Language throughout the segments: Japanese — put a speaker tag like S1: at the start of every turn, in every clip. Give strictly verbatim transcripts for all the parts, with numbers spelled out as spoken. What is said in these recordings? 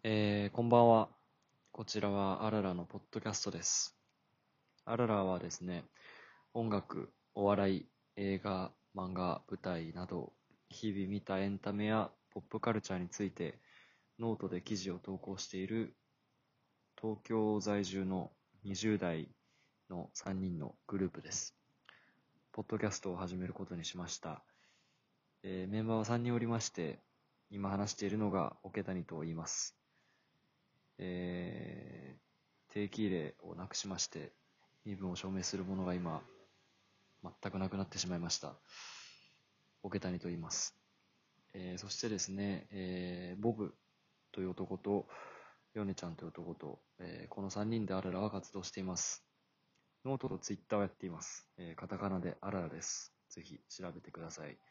S1: えーこんばんは。こちらはアララのポッドキャストです。アララはですね、音楽、お笑い、映画、漫画、舞台など、日々見たエンタメやポップカルチャーについて、ノートで記事を投稿している東京在住のにじゅう代のさんにんのグループです。ポッドキャストを始めることにしました。えーメンバーはさんにんおりまして、今話しているのが桶谷と言います。えー定期入れをなくしまして、身分を証明するものが今、全くなくなってしまいました。桶谷と言います。えーそしてですね、えーボブという男と、ヨネちゃんという男と、えーこのさんにんでアララは活動しています。ノートとツイッターをやっています。えーカタカナでアララです。ぜひ調べてください。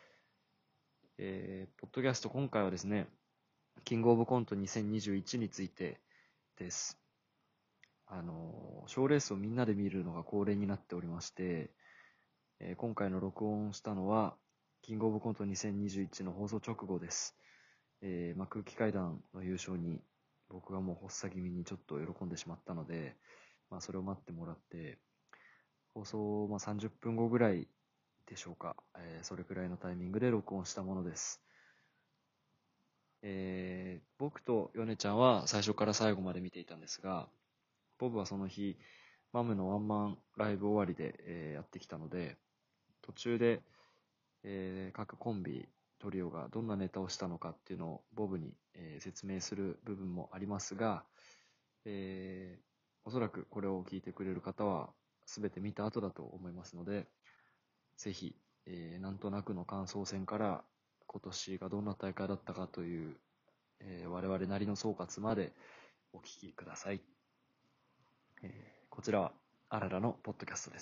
S1: えーポッドキャスト今回はですね、キングオブコントにせんにじゅういちについてです。あの、賞レースをみんなで見るのが恒例になっておりまして、えー今回の録音したのは、キングオブコントにせんにじゅういちの放送直後です。えーまあ、空気階段の優勝に、僕がもう発作気味にちょっと喜んでしまったので、まあ、それを待ってもらって、放送、まあ、さんじゅっぷんごぐらいでしょうか、えーそれくらいのタイミングで録音したものです。えー僕とヨネちゃんは最初から最後まで見ていたんですが、ボブはその日、マムのワンマンライブ終わりで、えーやってきたので、途中で、えー各コンビ、トリオがどんなネタをしたのかっていうのをボブに、えー説明する部分もありますが、えーおそらくこれを聞いてくれる方は全て見た後だと思いますので、ぜひ、えーなんとなくの感想戦から今年がどんな大会だったかという、えー我々なりの総括までお聞きください。えーこちらはアララのポッドキャストです。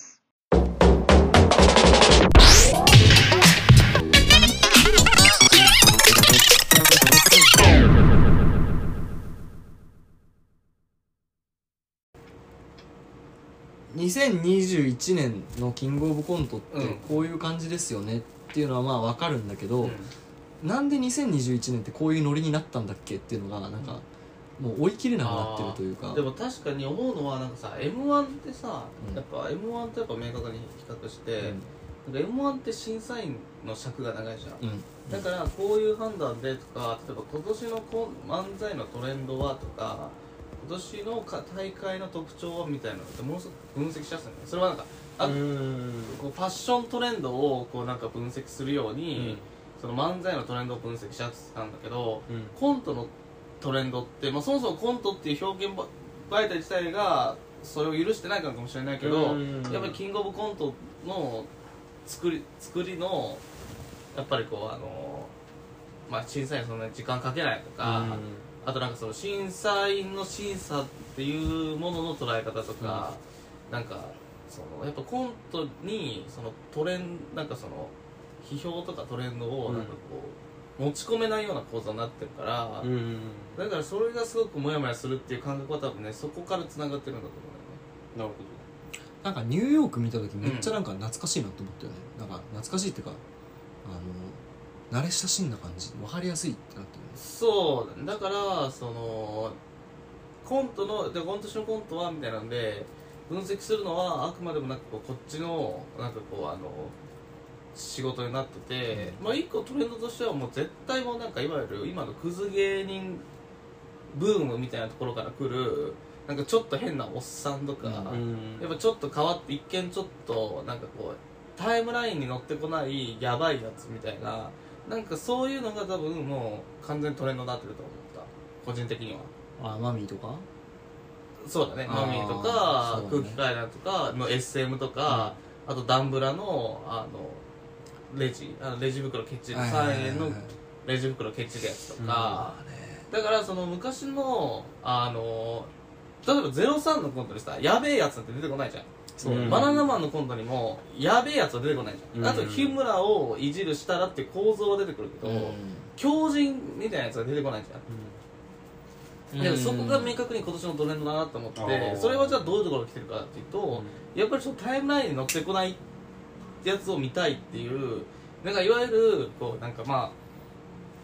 S2: にせんにじゅういちねんのキングオブコントって
S3: うん
S2: こういう感じですよねっていうのはまあ分かるんだけど、
S3: うん
S2: なんでにせんにじゅういちねんってこういうノリになったんだっけっていうのがなんかもう追い切れなくなってるというか。
S3: でも確かに思うのはなんかさ エムワン ってさ、
S2: うん
S3: やっぱ エムワン とやっぱ明確に比較して、
S2: うん
S3: なんか エムワン って審査員の尺が長いじゃん、
S2: うん
S3: だからこういう判断でとか、例えば今年のこん漫才のトレンドはとか、今年のか大会の特徴はみたいなのってものすごく分析しやすいね。それはなんかあ
S2: うーん
S3: こうファッショントレンドをこうなんか分析するように、
S2: うん
S3: その漫才のトレンドを分析しやすかったんだけど、
S2: うん
S3: コントのトレンドって、まあ、そもそもコントっていう表現媒体自体がそれを許してないからかもしれないけど、
S2: うん
S3: やっぱりキングオブコントの作り作りのやっぱりこうあの、まあ、審査員そんなに時間かけないとか、あとなんかその審査員の審査っていうものの捉え方とか、なんかそのやっぱコントにそのトレンなんかその批評とかトレンドをなんかこう、持ち込めないような構造になってるから、
S2: うんうん
S3: だからそれがすごくモヤモヤするっていう感覚は多分ね、そこからつながってるんだと思うよね。
S2: なるほど。なんかニューヨーク見た時めっちゃなんか懐かしいなと思ったよね、なんか懐かしいっていうかあの慣れ親しんだ感じ、分かりやすいってなってるね。
S3: そうだね。だからそのコントので今年のコントはみたいなんで分析するのはあくまでもなんかこうこっちのなんかこうあの仕事になってて、まあ一個トレンドとしてはもう絶対もうなんかいわゆる今のクズ芸人ブームみたいなところから来るなんかちょっと変なおっさんとか、
S2: うん
S3: やっぱちょっと変わって一見ちょっとなんかこうタイムラインに乗ってこないヤバいやつみたいな、なんかそういうのが多分もう完全にトレンドになってると思った個人的には。
S2: あマミーとか
S3: そうだね、
S2: あー
S3: マミーとか、
S2: そうだね
S3: 空気階段とかの エスエム とか、あとダンブラのあのレジあのレジ袋ケチるさんえんのレジ袋ケチるやつとか、だからその昔のあの例えばゼロさんのコントにさやべえやつなんて出てこないじゃん。
S2: そうだね
S3: バナナマンのコントにもやべえやつは出てこないじゃん、
S2: うん
S3: あと日村をいじるしたらっていう構造は出てくるけど、
S2: うん
S3: 狂人みたいなやつが出てこないじゃん、でもそこが明確に今年のトレンドだなと思って
S2: あー
S3: それはじゃあどういうところが来てるかっていうと、やっぱりちょっとタイムラインに乗ってこないやつを見たいっていうなんかいわゆるこうなんかまあ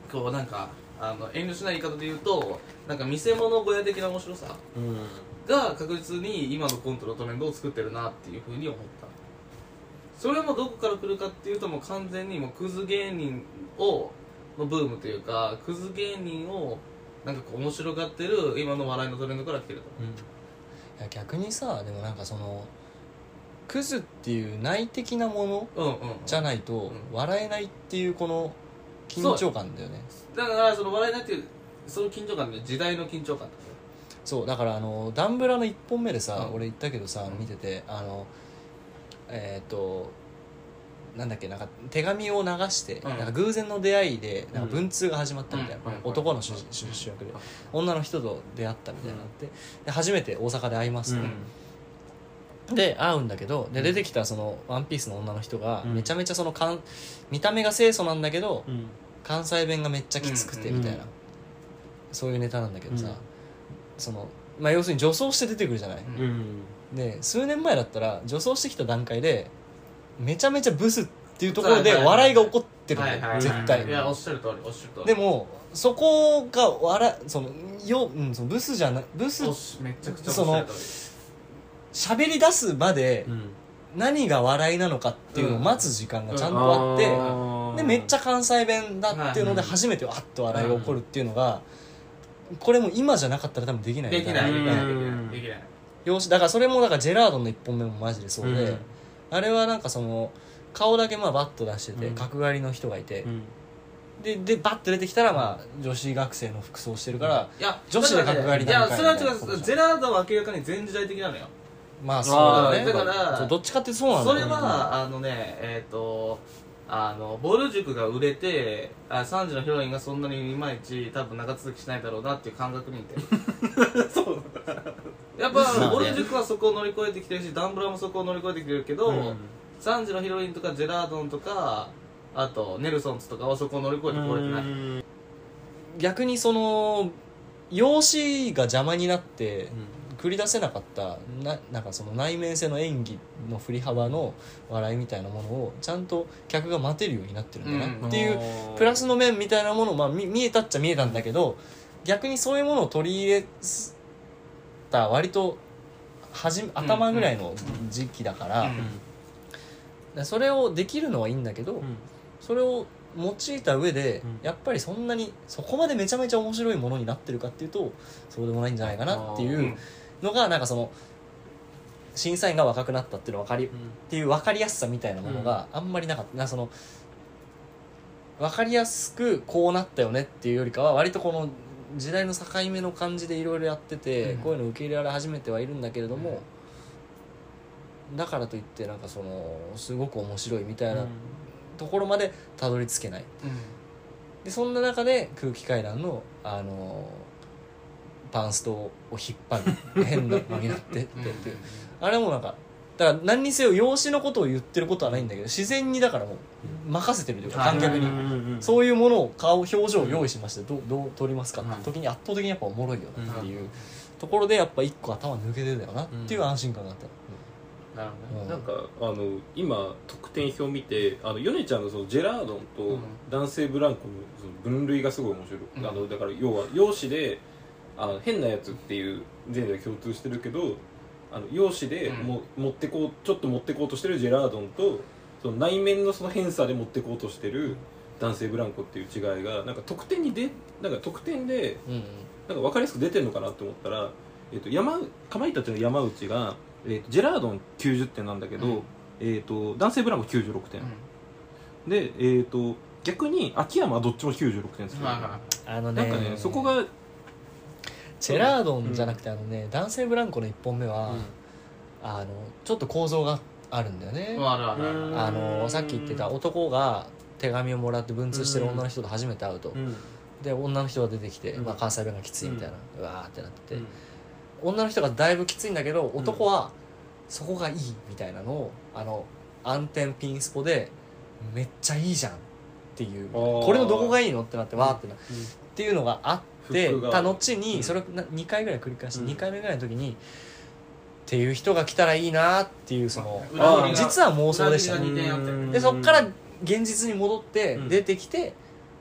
S3: こうなんかあの遠慮しない言い方で言うとなんか見せ物小屋的な面白さが確実に今のコントのトレンドを作ってるなっていうふうに思った。それもどこから来るかっていうともう完全にもうクズ芸人をのブームというかクズ芸人をなんかこう面白がってる今の笑いのトレンドから来てると思う、
S2: いや逆にさでもなんかそのクズっていう内的なもの
S3: うんうんうん、
S2: じゃないと笑えないっていうこの緊張感だよね。
S3: だからその笑いないっていうその緊張感で時代の緊張感だね。
S2: そうだからあのダンブラのいっぽんめでさ、
S3: うん
S2: 俺言ったけどさ、
S3: うん
S2: 見ててあのえっ、ー、となんだっけなんか手紙を流して、
S3: うん
S2: なんか偶然の出会いでなんか文通が始まったみたいな、
S3: うん
S2: 男の主主主役で女の人と出会ったみたいになって、で初めて大阪で会いますと、で会うんだけどで出てきたそのワンピースの女の人が
S1: うん
S2: めちゃめちゃそのかん見た目が清楚なんだけど
S1: うん
S2: 関西弁がめっちゃきつくて
S3: うん
S2: みたいな、
S1: うん
S2: そういうネタなんだけどさ、
S1: うん
S2: そのまあ要するに女装して出てくるじゃない、
S3: うん
S1: うん
S2: で数年前だったら女装してきた段階でめちゃめちゃブスっていうところで
S3: はいはいはい
S2: 笑いが起こってるんだよ、
S3: はいはいはい
S2: 絶対、
S3: いやおっしゃる通りおっしゃる通り
S2: でもそこが笑そのよ、うん、そのブスじゃないブス
S3: おっしめちゃくちゃおっしゃる通
S2: 喋り出すまで
S1: うん
S2: 何が笑いなのかっていうのを待つ時間がちゃんとあって、
S1: あー
S2: でめっちゃ関西弁だっていうので初めてわっと笑いが起こるっていうのがこれも今じゃなかったら多分できない
S3: りできないでき
S1: うん
S3: ないできないできない
S2: よしだからそれもだからジェラードンのいっぽんめもマジでそうで、
S1: うん
S2: あれはなんかその顔だけまあバッと出してて、
S1: うん
S2: 角刈りの人がいて、
S1: うん
S2: ででバッと出てきたらまあ女子学生の服装してるから、
S3: いや
S2: 女子で角刈り
S3: いや
S2: なのか
S3: それは違
S2: みたいなことじゃ
S3: うんゼラードは明らかに全時代的なのよ
S2: まあそうだね
S3: だから
S2: そうどっちかってそうなんだ
S3: それ
S2: よね
S3: はあのねえっとあのボル塾が売れてあさんじのヒロインがそんなにいまいち多分長続きしないだろうなっていう感覚にいてそうやっぱ、
S2: まあね
S3: ボル塾はそこを乗り越えてきてるしダンブラもそこを乗り越えてきてるけど、
S1: うん
S3: さんじのヒロインとかジェラードンとかあとネルソンズとかはそこを乗り越えてこれてない、
S1: うん
S2: 逆にその容姿が邪魔になって繰り出せなかったななんかその内面性の演技の振り幅の笑いみたいなものをちゃんと客が待てるようになってるんだなっていうプラスの面みたいなものを、まあ、見見えたっちゃ見えたんだけど逆にそういうものを取り入れた割と始め頭ぐらいの時期だから、
S3: うん
S2: それをできるのはいいんだけど、
S1: うん
S2: それを用いた上で、
S1: うん
S2: やっぱりそんなにそこまでめちゃめちゃ面白いものになってるかっていうとそうでもないんじゃないかなっていううんのがなんかその審査員が若くなったっていうの分かりっていう分かりやすさみたいなものがあんまりなかったなその分かりやすくこうなったよねっていうよりかは割とこの時代の境目の感じでいろいろやってて、
S3: うん
S2: こういうの受け入れられ始めてはいるんだけれども、だからといってなんかそのすごく面白いみたいなところまでたどり着けないでそんな中で空気階段のあのパンストを引っ張る変なのになってってってあれもなんかだから何にせよ容姿のことを言ってることはないんだけど自然にだからもう任せてるというか
S3: はい
S2: 観客に
S1: うん
S2: そういうものを顔表情を用意しましてどうどう撮りますかって
S3: はい
S2: 時に圧倒的にやっぱおもろいよなっていうところでやっぱ一個頭抜けてたよなっていう安心感があった。
S3: なるほどね
S2: うん
S4: なんかあの今得点表見てあのヨネちゃんのそのジェラードンと
S3: うん
S4: 男性ブランコのその分類がすごい面白い、
S3: うん
S4: あのだから要は容姿であの変なやつっていう前では共通してるけどあの容姿でも、持ってこうちょっと持ってこうとしてるジェラードンとその内面のその偏差で持ってこうとしてる男性ブランコっていう違いがなんか得点にでなんか得点で
S2: うんうん
S4: なんか分かりやすく出てるのかなと思ったら、えー、と山かまいたちの山内が、えーとジェラードンきゅうじゅってんなんだけど、
S3: うん
S4: えー、と男性ブランコきゅうじゅうろくてん、で、えー、と逆に秋山はどっちもきゅうじゅうろくてんですよ、
S3: はいは
S2: あのね
S4: なんかねそこが
S2: ジェラードンじゃなくてあのね男性ブランコのいっぽんめはあのちょっと構造があるんだよね
S3: いあるあるある
S2: あのさっき言ってた男が手紙をもらって文通してる女の人と初めて会うと
S1: うん
S2: で女の人が出てきて、
S1: うん
S2: まあ、関西弁がきついみたいな、うわーってなってて、
S1: うん
S2: 女の人がだいぶきついんだけど男はそこがいいみたいなのをあの暗転ピンスポでめっちゃいいじゃんっていう
S4: あー
S2: これのどこがいいのってなってわーってなっていうのがあって
S4: フックが
S2: た後
S4: うん
S2: にそれをなにかいぐらい繰り返して
S1: うん
S2: にかいめぐらいの時にっていう人が来たらいいなっていうその
S3: 裏切りが
S2: 実は妄想でしたね
S3: 裏切りがにてんあって
S2: でそっから現実に戻って
S1: うん
S2: 出てきて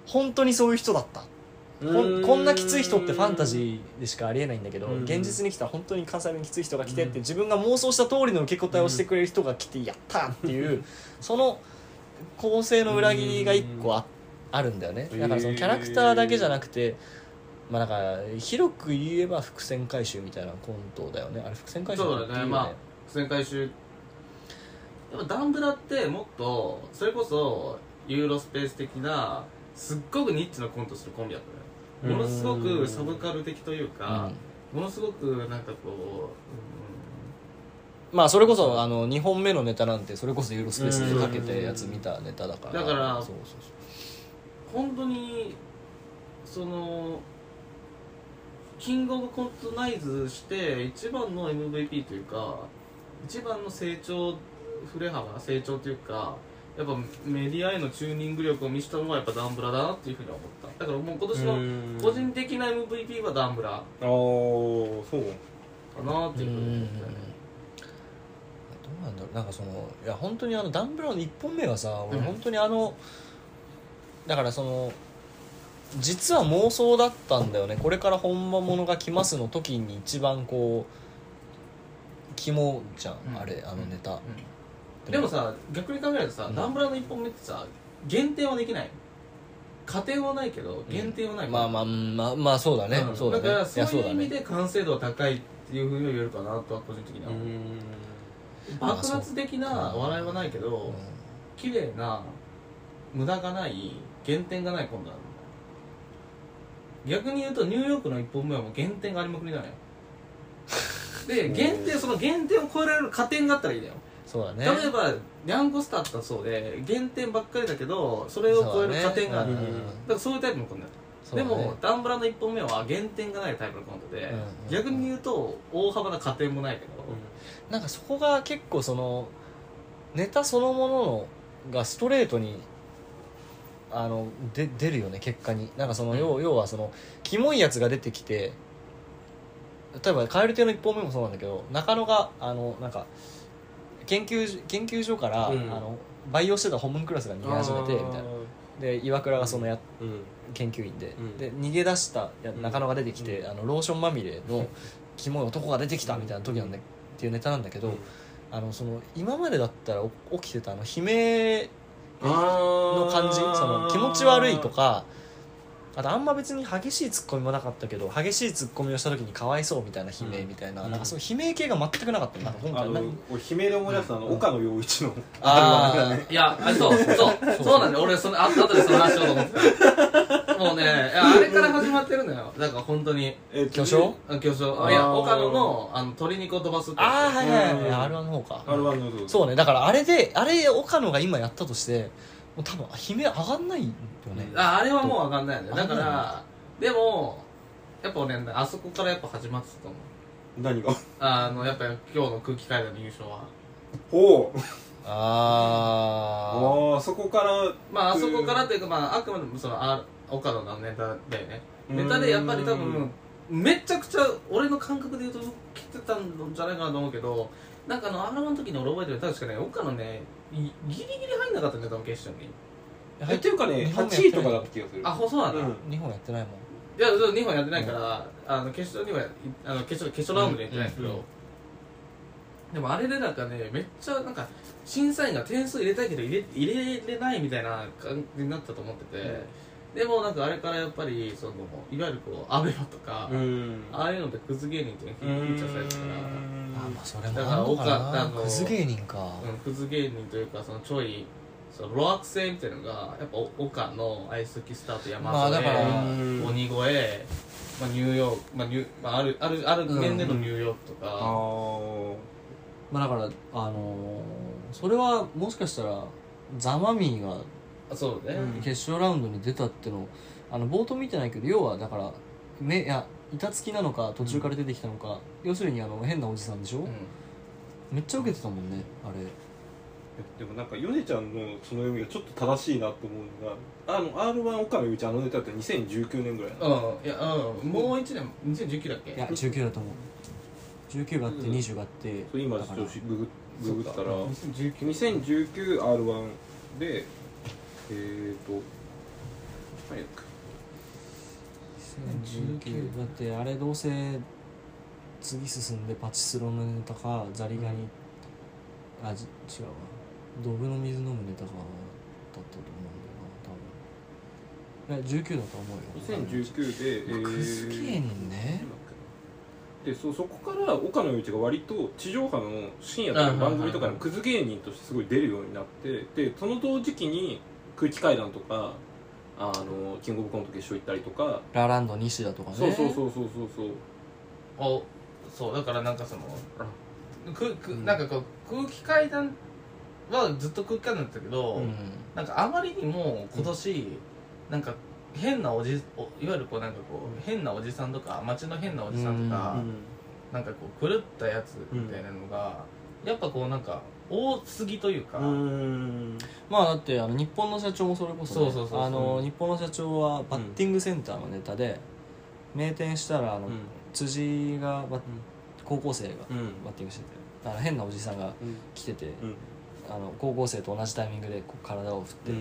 S2: 本当にそういう人だったこんこんなきつい人ってファンタジーでしかありえないんだけど、
S4: うん
S2: 現実に来たら本当に関西弁きつい人が来てって自分が妄想した通りの受け答えをしてくれる人が来てやったっていうその構成の裏切りが一個 あ, あるんだよね。だからそのキャラクターだけじゃなくて、まあなんか広く言えば伏線回収みたいなコントだよね。あれ伏線回収
S3: そうだね、まあ伏線回収。やっぱダンブラってもっとそれこそユーロスペース的なすっごくニッチなコントするコンビだったね。ものすごくサブカル的というか、ものすごくなんかこ
S2: う、うん、まあそれこそあのにほんめのネタなんてそれこそユーロスペースでかけてやつ見たネタだから、
S3: だから
S2: そうそうそう
S3: 本当にそのキングオブコントナイズして一番の エムブイピー というか一番の成長振れ幅成長というかやっぱメディアへのチューニング力を見せたのはやっぱダンブラだなっていうふうに思った。だからもう今年の個人的な エムブイピー はダンブラ
S4: ああそう
S3: かなっていうふうに思ったね。
S2: どうなんだろう。なんかそのいや本当にあのダンブラのいっぽんめがさ、俺
S3: うん
S2: 本当にあのだからその実は妄想だったんだよね。これから本場ものが来ますの時に一番こう肝じゃん、
S3: うん
S2: あれあのネタ、
S3: うんでもさ逆に考えるとさ、
S2: うん
S3: ダンブラのいっぽんめってさ減点はできない。加点はないけど減点はない、
S2: まあまあまあまあそうだね、
S3: うん
S2: そうだね。
S3: だからそういう意味
S2: いや
S3: で完成度は高いっていうふうに言えるかなとは個人的には思う。
S2: まあ
S3: 爆発的な笑いはないけど、
S2: そうだね
S3: 綺麗な無駄がない減点がないコントなんだ。逆に言うとニューヨークのいっぽんめはもう減点がありまくりなのよ。で減点その減点を超えられる加点があったらいいんだよ。
S2: そうだね。
S3: 例えばニャンコスターだったらそうで減点ばっかりだけどそれを超える加点がある、
S2: そうだね
S3: だからそういうタイプのコントだよ。
S2: そうだね
S3: でもダンブラのいっぽんめは減点がないタイプのコントで、
S2: うんうん
S3: 逆に言うと大幅な加点もないけど、
S2: なんかそこが結構そのネタそのもののがストレートにあので出るよね結果に。なんかその要要はそのキモいやつが出てきて、例えば蛙亭のいっぽんめもそうなんだけど、中野があのなんか研究研究所から、
S4: うん
S2: あの培養してたホームクラスが逃げ始めてみたいな。で岩倉がそのや、
S4: うん
S2: 研究員で、
S4: うん
S2: で逃げ出したや
S4: うん
S2: 中野が出てきて、あのローションまみれのキモい男が出てきたみたいな時なんだっていうネタなんだけど、あのその今までだったら起きてたあの悲鳴の
S4: の
S2: 感じ、その気持ち悪いとか、あとあんま別に激しいツッコミもなかったけど激しいツッコミをした時にかわいそうみたいな悲鳴みたいな、
S4: うん
S2: なんかそういう悲鳴系が全くなかった。なんか今
S4: あの
S2: 回何
S4: 俺悲鳴で思い出したあの岡野陽一の
S2: あー
S4: あれだね
S3: いやあそうそうそうなんだよ。俺そのあ後でその話しようと思ってた。もうねいやあれから始まってるのよ。だから本当に
S4: えっと
S2: 巨匠
S3: あ巨匠
S4: あー
S3: いや岡野のあの鶏肉を飛ばすってやつ。
S2: ああはいはいはい、
S4: うん
S2: アールワン の方か。
S4: アールワンのそう
S2: そうね、だからあれであれ岡野が今やったとしてもう多分悲鳴上がんないよね。
S3: ああれはもう分かんないよね。だか
S2: 上がんない
S3: らでもやっぱねあそこからやっぱ始まってたと思う。
S4: 何が
S3: あのやっぱり今日の空気階段の優勝は
S4: ほう
S2: あ
S4: ああそこから
S3: まああそこからというかまああくまでもそのあ岡野のネタだよね。ネタでやっぱり多分めちゃくちゃ俺の感覚で言うと来てたんじゃないかなと思うけど、なんかあの アールワン の時に俺覚えてる確かね岡野ねいギリギリ入んなかったんだよ多分決勝に。
S4: えっていうかね
S2: 日本
S4: はちいとかだった気がする
S3: あそうなんだ。
S4: うん
S2: 日本やってないもん。
S3: いやそうにほんやってないから、あの決勝にはあの決勝決勝ラウンドでやってないんですけど、
S4: うんうん
S3: でもあれでなんかねめっちゃなんか審査員が点数入れたいけど入れ入れれないみたいな感じになったと思ってて、でもなんかあれからやっぱりそのいわゆるこうアベマとか、
S4: うん
S3: ああいうのでクズ芸人っていうのがフィーチャーされてたから、
S2: あまあそれも
S3: だから
S2: あんのか
S3: 岡あの
S2: な。クズ芸人か。
S3: うん、クズ芸人というかそのちょいその露悪性みたいなのがやっぱ岡の愛好きスタート山添、
S2: まあだから
S3: 鬼越、まあ、ニューヨーク、まあニュまあ、あるあるある面でのニューヨークとか、
S4: あー
S2: まあだからあのーそれはもしかしたらザ・マミィが
S3: あそうね、
S4: うん
S2: 決勝ラウンドに出たってのあの冒頭見てないけど要はだからめいや板付きなのか途中から出てきたのか、要するにあの変なおじさんでしょ、
S3: うん
S2: めっちゃ受けてたもんねあれ。
S4: でもなんかヨネちゃんのその読みがちょっと正しいなと思うのがあの アールワン 岡野陽一あのネタってにせんじゅうきゅうねんぐらいなの
S3: うん、いや、うん、もう一年、にせんじゅうきゅうだっけ。
S2: いやじゅうきゅうだと思う。じゅうきゅうがあってにじゅうがあって、
S4: それ今ちょっと
S2: だから
S4: ググググったら
S3: にせんじゅうきゅう。
S4: にせんじゅうきゅう アールワン でえーとはい
S2: にせんじゅうきゅうだってあれどうせ次進んでパチスロのネタかザリガニ、うん、あじ違うわドブの水飲むネタかだったと思うんだよな多分じゅうきゅうだと思うよ
S4: にせんじゅうきゅうで、えー、
S2: クズ芸人ね
S4: で そ, そこから岡野陽一が割と地上波の深夜とかの番組とかのクズ芸人としてすごい出るようになってでその同時期に空気階段とかあのキングオブコント決勝行ったりとか
S2: ラランド西田とかね
S4: そうそうそうそうそうそう
S3: おそうだからなんかそのくくなんかこう空気階段はずっと空気階段だったけど、うん、なんかあまりにも今年、うん、なんか変なおじおいわゆるこうなんかこう変なおじさんとか街の変なおじさんとか、うん、なんかこう狂ったやつみたいなのが、うん、やっぱこうなんか多すぎというか、うん、
S2: まあだってあの日本の社長もそれこそ、ね、
S3: そうそうそうそう
S2: あの日本の社長はバッティングセンターのネタで、うん、名店したらあの、うん、辻がバッ、うん、高校生がバッティングしてて、あの変なおじさんが来てて、うん、あの高校生と同じタイミングでこう体を振って、うん、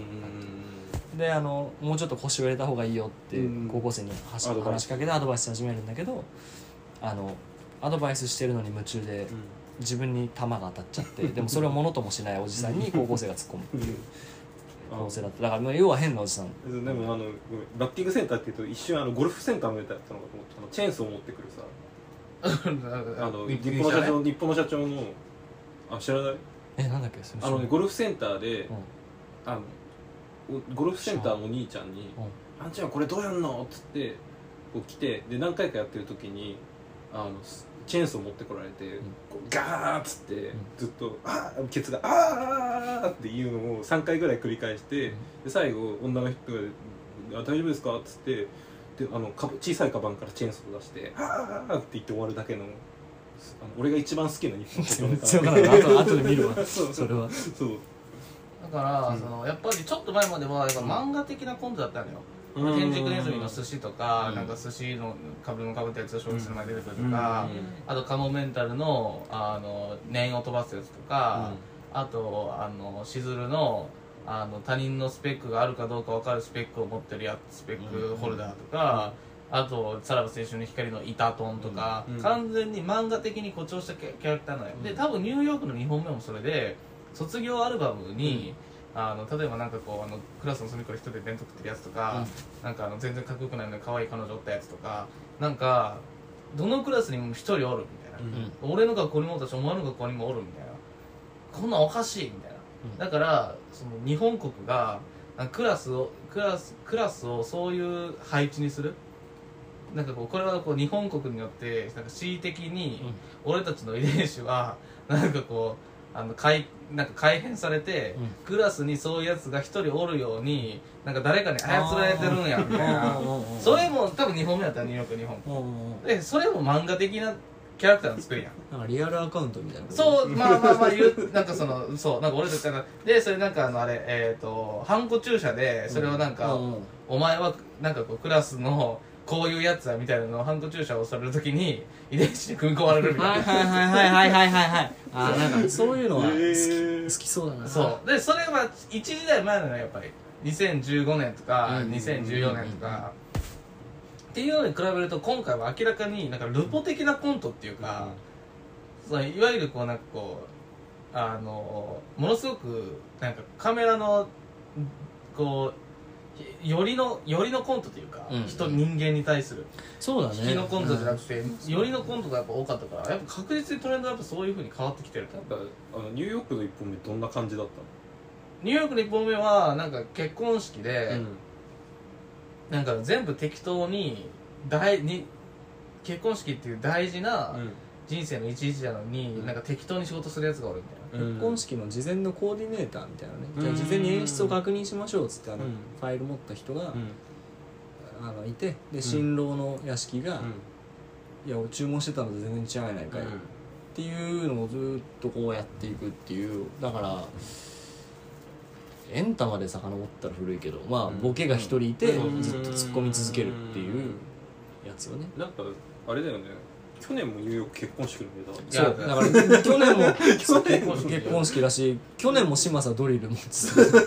S2: であのもうちょっと腰を入れた方がいいよって高校生に話しかけてアドバイスし始めるんだけど、あのアドバイスしてるのに夢中で自分に球が当たっちゃってでもそれをものともしないおじさんに高校生が突っ込むっていう構成だった。だから要は変なおじさん。
S4: でもあのバッティングセンターっていうと一瞬あのゴルフセンターのネタやったのかと思ってあのチェーンソーを持ってくるさあの日本の社長日本の社長のあ知らない
S2: えなんだっけそれ
S4: あの、ね、ゴルフセンターで、うん、あのゴルフセンターのお兄ちゃんに「あんちゃんこれどうやんの?」っつってこう来てで何回かやってる時にあのチェーンソー持ってこられて、うん、こうガーッつって、うん、ずっと「あーケツがあー!」っていうのをさんかいぐらい繰り返して、うん、で最後女の人が「大丈夫ですか?」っつってであの小さいカバンからチェーンソーを出して「あー!」って言って終わるだけの。あの俺が一番好きな日本
S2: の全然分からない後で見るわ
S4: そう
S2: それは
S4: そう
S3: だから、うん、そのやっぱりちょっと前まではやっぱ漫画的なコントだったのよ、うん、天竺ネズミの寿司とか、うん、なんか寿司のかぶのかぶったやつが小説の前に出てくるとか、うん、あとカモメンタルのあの念を飛ばすやつとか、うん、あとあのしずるのあの他人のスペックがあるかどうか分かるスペックを持ってるやつスペックホルダーとか、うんうん、あとさらば青春の光のイタトンとか、うん、完全に漫画的に誇張したキャラクターなのよ、うん、で多分ニューヨークのにほんめもそれで卒業アルバムに、うん、あの例えばなんかこうあのクラスの隅っこで一人で弁当食ってるやつとか、うん、なんかあの全然かっこよくないのに可愛い彼女おったやつとかなんかどのクラスにも一人おるみたいな、うん、俺の学校にもおったしお前の学校にもおるみたいなこんなんおかしいみたいな、うん、だからその日本国がクラスをクラスクラスをそういう配置にするなんかこうこれはこう日本国によってなんか恣意的に俺たちの遺伝子はなんかこうあの改なんか改変されて、うん、クラスにそういうやつが一人おるようになんか誰かに操られてるんやみたいなそれも多分にほんめやったらニューヨーク日本でそれも漫画的なキャラクターの作りやん
S2: なんかリアルアカウントみたいな
S3: そうまあまあまあ言うなんかそのそうなんか俺たちがでそれなんかあのあれえっ、ー、とハンコ注射でそれをなんか、うん、お前はなんかこうクラスのこういうやつだみたいなのをハンコ注射をされるときに遺伝子に組み込まれるみたいな
S2: はいはいはいはいはいはいはいあなんかそういうのは好き、えー、好きそうだな
S3: そうでそれは一時代前なのよやっぱりにせんじゅうごねんとかにせんじゅうよねんとかっていうのに比べると今回は明らかになんかルポ的なコントっていうか、うん、そのいわゆるこうなんかこうあのものすごくなんかカメラのこうよりのよりのコントというか、うん、人人間に対する
S2: そうだね
S3: 引きのコントじゃなくて、うん、よりのコントがやっぱ多かったからやっぱ確実にトレンドはやっぱそういう風に変わってきてる
S4: なんかあのニューヨークの一本目どんな感じだったの
S3: ニューヨークの一本目はなんか結婚式で、うん、なんか全部適当に大に結婚式っていう大事な人生の一日なのに、うん、なんか適当に仕事するやつがおるみたいな
S2: 結婚式の事前のコーディネーターみたいなね、うん、じゃあ事前に演出を確認しましょうっつってあの、うん、ファイル持った人が、うん、あのいてで新郎の屋敷が、うん、いや注文してたのと全然違うやないかい、うん、っていうのをずっとこうやっていくっていうだからエンタまで遡ったら古いけどまあボケが一人いてずっと突っ込み続けるっていうやつよね
S4: なんかあれだよね去年もニューヨーク結婚式のネ
S2: タそうだから去年も去年も結婚式だし去年も嶋佐ドリル持ってた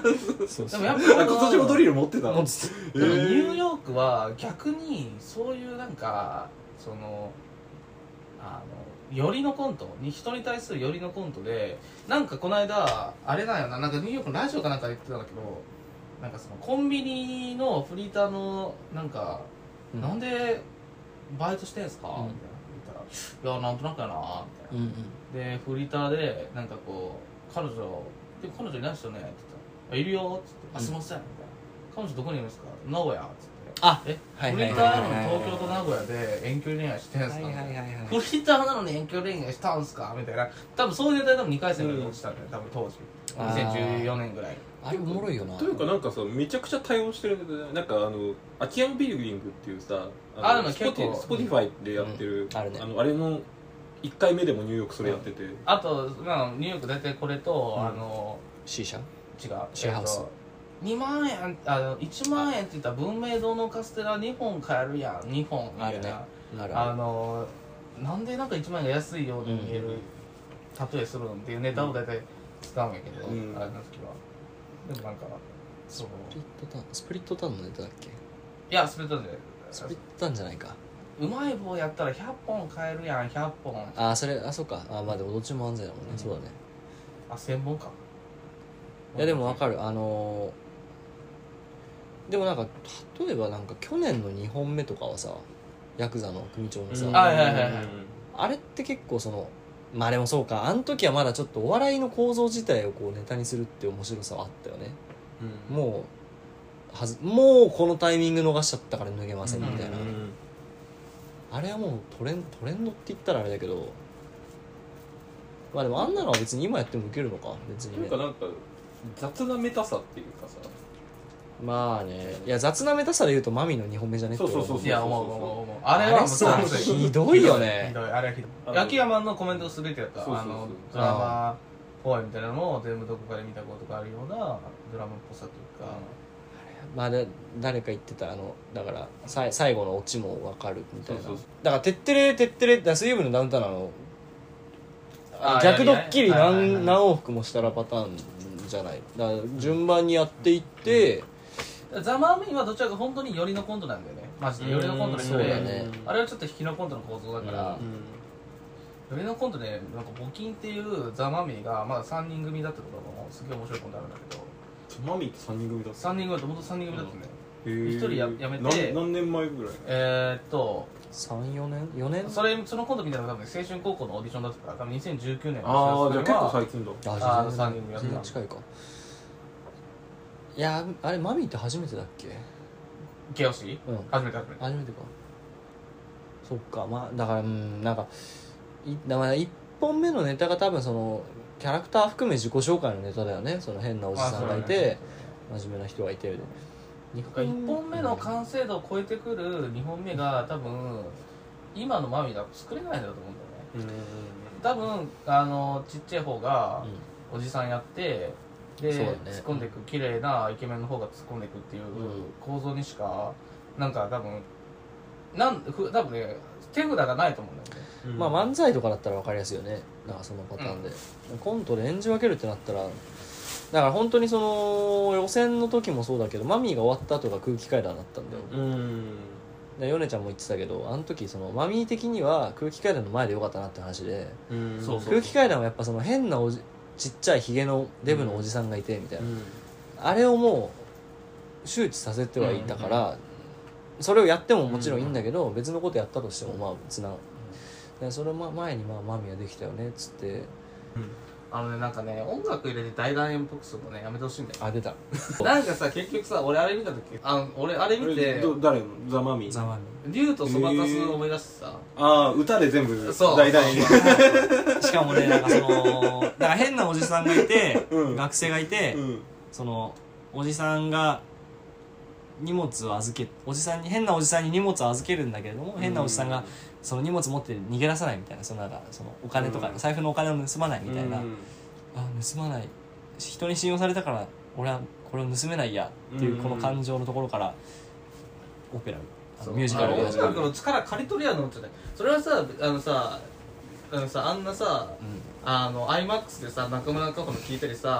S2: そう
S3: でもやっぱ
S4: あ今年もドリル持ってたの
S2: もうず
S3: でもニューヨークは逆にそういうなんかそのあの寄りのコントに人に対する寄りのコントでなんかこの間あれなんよななんかニューヨークのラジオかなんかで言ってたんだけどなんかそのコンビニのフリーターのなんか、
S2: うん
S3: なんでバイトしてんすか、
S2: うん
S3: みたいな言ったらいやなんとなくやなみたいな、
S2: うんうん
S3: でフリーターでなんかこう彼女でも彼女いないですよねって言ったらいるよって言って、あすいませんみたいな彼女どこにいるんですか名古屋って言って
S2: あ
S3: え
S2: はい
S3: フリーターなのに東京と名古屋で遠距離恋愛してんすか、
S2: はいはいはいはい
S3: フリーターなのに遠距離恋愛したんすかみたいな多分そういうネタで多分にかい戦ぐらい落ちたんだよ多分当時
S2: あー
S3: にせんじゅうよねんぐらい
S2: あれおもろいよな
S4: というかなんかさめちゃくちゃ対応してるネタじゃないなんかあの秋山ビルディングっていうさ
S3: あでも
S4: スポティ
S3: 結構
S4: スポティファイでやってる、
S2: うんあるね
S4: あのあれのいっかいめでもニューヨークそれやってて、
S3: あと、まあ、ニューヨーク大体これと、
S4: うん
S3: あの
S2: C 社
S3: 違う
S2: シェアハウス
S3: えっとにまん円あのいちまん円って言ったら文明堂のカステラにほん買えるやんにほんみたいな
S2: あるねなる
S3: あのなんでなんかいちまん円が安いように見える、
S2: うん
S3: 例えするのっていうネタを大体使うんやけど、
S4: うん
S3: あれの時はでもなんかそう
S2: スプリットターンスプリットターンのネタだっけ
S3: いやスプリットで
S2: スプリットターンじゃないか
S3: うまい棒やったらひゃっぽん買えるやんひゃっぽん
S2: ああそれあそうかあまあでもどっちも安全だもんね、
S3: うん
S2: そうだね
S3: あせんぼんか
S2: いやでもわかるあのー、でもなんか例えばなんか去年のにほんめとかはさヤクザの組長のさ、
S3: んはいはいはいはい
S2: あれって結構そのまあでもそうかあの時はまだちょっとお笑いの構造自体をこうネタにするって面白さはあったよね
S4: うん
S2: もうはずもうこのタイミング逃しちゃったから脱げませんみたいな、
S4: うん
S2: あれはもうトレントレンドって言ったらあれだけどまあでもあんなのは別に今やってもウケるのか別にね
S4: なんかなんか雑なメタさっていうかさ
S2: まあねいや雑なメタさで言うとマミのにほんめじゃねって
S4: そうそうそう
S3: いや思う思う思うあれはもう
S2: そう
S3: むずい
S2: ひどいよ
S3: ひ
S2: ね
S3: どいあれはひど
S4: あの
S3: い秋山のコメントすべてやった
S4: そうそうそう
S3: あのドラマ公演みたいなのを全部どこかで見たことがあるようなドラマっぽさというか
S2: まあで誰か言ってたあのだからさい最後のオチも分かるみたいな
S4: そうそうそう
S2: だから「てってれてってれ」って水曜日のダウンタウンのあの
S3: あー
S2: 逆ドッキリ
S3: はいはいはい
S2: 何何往復もしたらパターンじゃないだから順番にやっていって
S3: ザ・マーミンはどちらか本当に寄りのコントなんだよねマジで寄りのコントで
S2: そうだね
S3: あれはちょっと引きのコントの構造だから、
S2: うん
S3: 寄りのコントで、なんか募金っていうザ・マミーがまださんにん組だってこともすげえ面白いコントあるんだけど
S4: マミーってさんにん組だった
S3: さんにん組だと本当さんにん組だったんだよ、
S4: へー
S3: 一人ややめて
S4: 何何年前ぐらい
S3: えー、っと
S2: さん、よねんよねん
S3: それそのコントみたいなのが多分青春高校のオーディションだったから多分にせんじゅうきゅうねんの
S4: ああじゃあ結構
S3: 最
S4: 最近だ
S2: あ
S3: あーさんにん組やった
S2: 全然近いかいやあれマミーって初めてだっけ
S3: ケオシ
S2: うん
S3: 初めて初めて
S2: 初めてかそっかまあだからうんなんかいだからいっぽんめのネタが多分そのキャラクター含め自己紹介のネタだよねその変なおじさんがいて、真面目な人がいてでに
S3: いっぽんめの完成度を超えてくるにほんめが多分今のマミーだと作れないんだと思うんだよね多分あのちっちゃい方がおじさんやってで、
S2: そうだね
S3: 突っ込んでいく綺麗なイケメンの方が突っ込んでいくっていう構造にしかなんか多分なんふ多分ね手札がないと思うんだよね
S4: うん
S2: まあ漫才とかだったら分かりやすいよねなんかそのパターンで、コントで演じ分けるってなったらだから本当にその予選の時もそうだけどマミーが終わった後が空気階段だったんだよ、
S4: うん
S2: でヨネちゃんも言ってたけどあの時そのマミー的には空気階段の前でよかったなって話で
S4: うん
S3: そうそう
S2: 空気階段はやっぱその変なおじちっちゃいヒゲのデブのおじさんがいてみたいな、
S4: うん
S2: あれをもう周知させてはいたから、それをやってももちろんいいんだけど、別のことやったとしてもまあつなでそれま前にまあマミーはできたよねっつって
S3: あのねなんかね音楽入れて大団円っぽくするのねやめてほしいんだよ
S2: あ出た
S3: なんかさ結局さ俺あれ見た時あの俺あれ見て
S4: ど誰のザ・マミー
S2: ザマ
S3: 竜とそばかす思い出してさ
S4: ああ歌で全部
S3: そう
S4: 大々に
S2: ミしかもねなんかそのだから変なおじさんがいて、
S4: うん
S2: 学生がいて、
S4: うん
S2: そのおじさんが荷物を預けおじさんに変なおじさんに荷物を預けるんだけれども、変なおじさんがその荷物持って逃げ出さないみたいなそのなんかそのお金とか、
S4: うん
S2: 財布のお金を盗まないみたいな、
S4: うん
S2: あ盗まない人に信用されたから俺はこれを盗めないやっていうこの感情のところからオペラあのミュージカル
S3: あの
S2: が始まる
S3: 音楽の力借り取りやのってねそれはさあのさあのさあんなさあの アイマックス でさ中村佳穂の聞いたりさ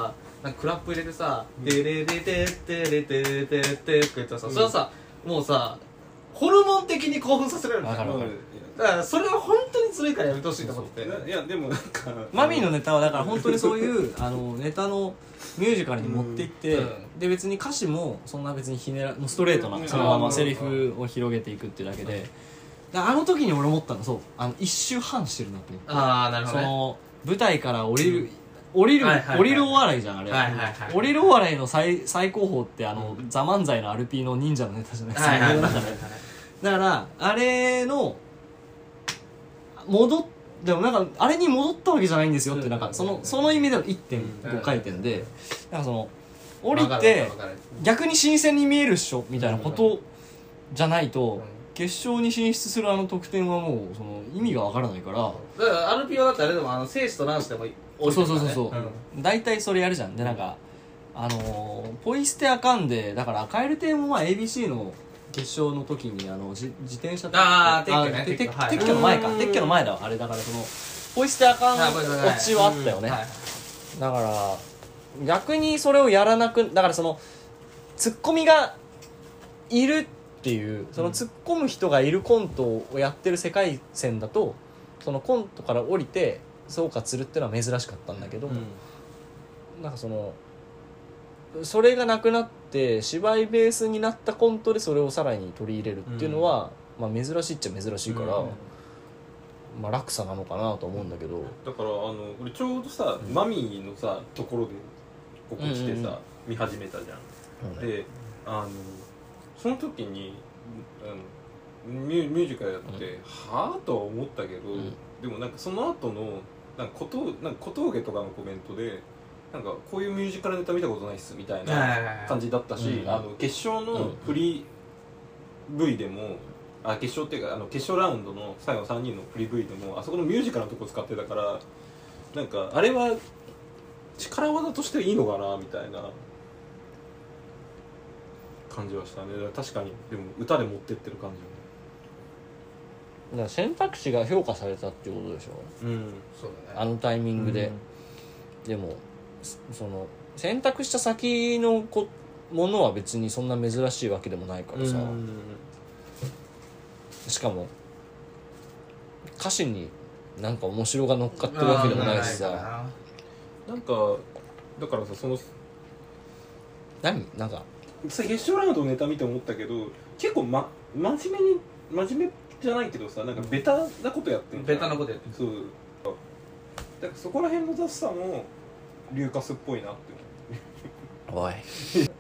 S3: なんかクラップ入れてさ「デレデテテレテレテレテ」って言ったらさ、それはさもうさホルモン的に興奮させられるじゃん。
S2: わかる
S3: だからそれは本当にずるいからやめてほしいと思って。
S4: いやでもなんか
S2: マミーのネタはだから本当にそういうあのネタのミュージカルに持っていって、
S3: うん
S2: で別に歌詞もそんな別にひねらもうストレート
S4: う
S2: なんそのままセリフを広げていくっていうだけで、だからあの時に俺思ったのそうあの一周半してるなって思って、
S3: ああなるほどね。
S2: その舞台から降りる、降りる、
S3: はいはいはい
S2: 降りるお笑いじゃんあれ、
S3: はいはいはい
S2: 降りるお笑いの最最高峰ってあの、ザ・漫才のアルピーの忍者のネタじゃないですか、
S3: はいはいはいはい
S2: だからあれの戻っでもなんかあれに戻ったわけじゃないんですよってなんかそのその意味での いってんご 回転でなんかその降り
S3: わかる
S2: て
S3: わかるわかる
S2: 逆に新鮮に見えるっしょみたいなことじゃないと
S3: うん
S2: 決勝に進出するあの得点はもうその意味がわからないから
S3: だからアルピーはだってあれでもあの生死と卵子でも
S2: そうそうそうそう
S3: うん
S2: 大体それやるじゃんでなんかあのーポイ捨てあかんでだからカエル亭もまあ エービーシー の決勝の時にあのじ自転車
S3: あー撤去ね
S2: てて
S3: 撤去はい
S2: 撤去の前か
S4: うん
S2: 撤去の前だわあれだからそのポイ捨てあかん
S3: あこれこれこれ
S2: オチはあったよね
S3: はい
S2: だから逆にそれをやらなくだからそのツッコミがいるっていうその突っ込む人がいるコントをやってる世界線だとそのコントから降りて総括するっていうのは珍しかったんだけども、なんかそのそれがなくなって芝居ベースになったコントでそれをさらに取り入れるっていうのは、まあ、珍しいっちゃ珍しいから、
S4: うん
S2: まあ、落差なのかなと思うんだけど、
S4: だからあの俺ちょうどさ、マミーのさところでここ来てさ、
S2: うんうんうん
S4: 見始めたじゃん、
S2: うん
S4: であのその時にあのミュミュージカルやって、
S2: うん
S4: はあとは思ったけど、
S2: ん
S4: でもなんかその後のなんか小峠なんか小峠とかのコメントでなんかこういうミュージカルネタ見たことないっすみたい
S3: はいはいはい
S4: な感じだったし、
S2: うん
S4: あの決勝のフリー V でも、あ決勝っていうかあの決勝ラウンドの最後のさんにんのフリー V でもあそこのミュージカルのとこ使ってたからなんかあれは力技としていいのかなみたいな感じはしたね。だから確かにでも歌で持ってってる感
S2: だから選択肢が評価されたっていうことでしょ
S4: じはうん
S3: そうだね
S2: あのタイミングで、でもそその選択した先のこものは別にそんな珍しいわけでもないからさ、
S4: うん
S2: しかも歌詞になんか面白が乗っかってるわけでもないしさ
S4: なんかだからさその
S2: 何なんか
S4: さ決勝ラウンドのネタ見て思ったけど結構、ま、真面目に真面目じゃないけどさなんかベタなことやってんじゃん
S3: ベタなことやってる
S4: そうだからそこら辺の雑さもリューカスっぽいなって
S2: おい